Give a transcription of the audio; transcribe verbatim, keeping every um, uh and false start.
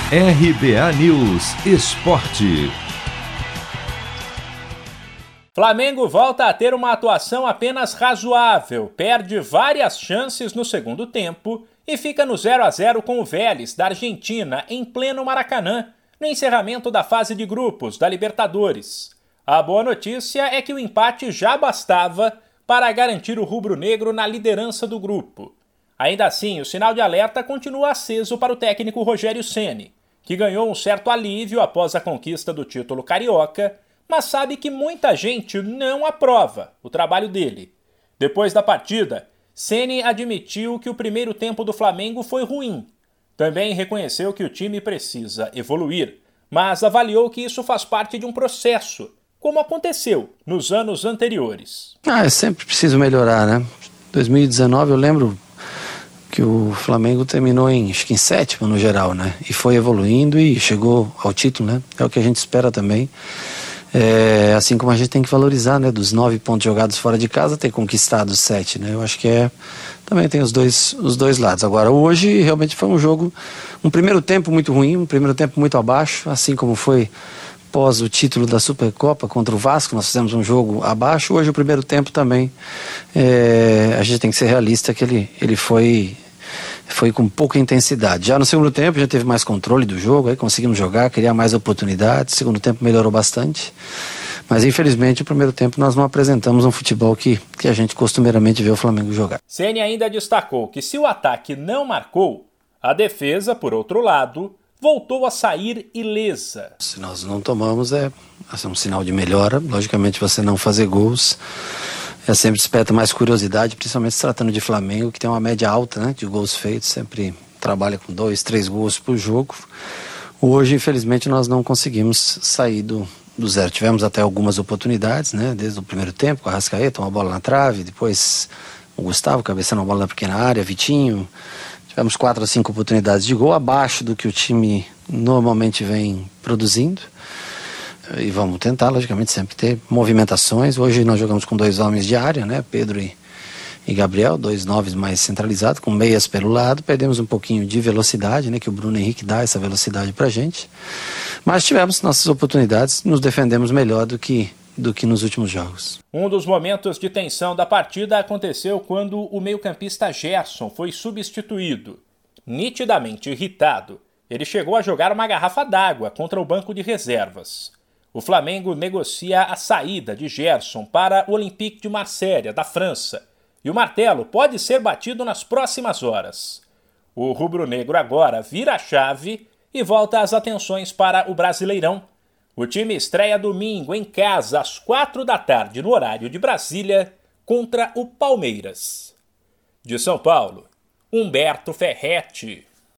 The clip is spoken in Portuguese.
R B A News Esporte. Flamengo volta a ter uma atuação apenas razoável, perde várias chances no segundo tempo e fica no zero a zero com o Vélez da Argentina em pleno Maracanã, no encerramento da fase de grupos da Libertadores. A boa notícia é que o empate já bastava para garantir o rubro-negro na liderança do grupo. Ainda assim, o sinal de alerta continua aceso para o técnico Rogério Ceni, que ganhou um certo alívio após a conquista do título carioca, mas sabe que muita gente não aprova o trabalho dele. Depois da partida, Ceni admitiu que o primeiro tempo do Flamengo foi ruim. Também reconheceu que o time precisa evoluir, mas avaliou que isso faz parte de um processo, como aconteceu nos anos anteriores. Ah, é sempre preciso melhorar, né? dois mil e dezenove eu lembro que o Flamengo terminou em, acho que em sétimo no geral, né? E foi evoluindo e chegou ao título, né? É o que a gente espera também. É, assim como a gente tem que valorizar, né? Dos nove pontos jogados fora de casa, ter conquistado os sete, né? Eu acho que é... Também tem os dois, os dois lados. Agora, hoje realmente foi um jogo, um primeiro tempo muito ruim, um primeiro tempo muito abaixo, assim como foi após o título da Supercopa contra o Vasco, nós fizemos um jogo abaixo. Hoje o primeiro tempo também, é, a gente tem que ser realista que ele, ele foi... Foi com pouca intensidade. Já no segundo tempo já teve mais controle do jogo, aí conseguimos jogar, criar mais oportunidades. O segundo tempo melhorou bastante. Mas infelizmente o primeiro tempo nós não apresentamos um futebol que, que a gente costumeiramente vê o Flamengo jogar. Ceni ainda destacou que se o ataque não marcou, a defesa, por outro lado, voltou a sair ilesa. Se nós não tomamos é, é um sinal de melhora. Logicamente você não fazer gols é sempre desperta mais curiosidade, principalmente se tratando de Flamengo, que tem uma média alta, né, de gols feitos, sempre trabalha com dois, três gols por jogo. Hoje, infelizmente, nós não conseguimos sair do, do zero. Tivemos até algumas oportunidades, né, desde o primeiro tempo, com a Arrascaeta, uma bola na trave, depois o Gustavo cabeceando uma bola na pequena área, Vitinho. Tivemos quatro ou cinco oportunidades de gol, abaixo do que o time normalmente vem produzindo. E vamos tentar, logicamente, sempre ter movimentações. Hoje nós jogamos com dois homens de área, né? Pedro e, e Gabriel, dois noves mais centralizados, com meias pelo lado. Perdemos um pouquinho de velocidade, né? Que o Bruno Henrique dá essa velocidade pra gente. Mas tivemos nossas oportunidades, nos defendemos melhor do que, do que nos últimos jogos. Um dos momentos de tensão da partida aconteceu quando o meio-campista Gerson foi substituído. Nitidamente irritado, ele chegou a jogar uma garrafa d'água contra o banco de reservas. O Flamengo negocia a saída de Gerson para o Olympique de Marselha, da França, e o martelo pode ser batido nas próximas horas. O rubro-negro agora vira a chave e volta as atenções para o Brasileirão. O time estreia domingo em casa às quatro da tarde no horário de Brasília contra o Palmeiras. De São Paulo, Humberto Ferretti.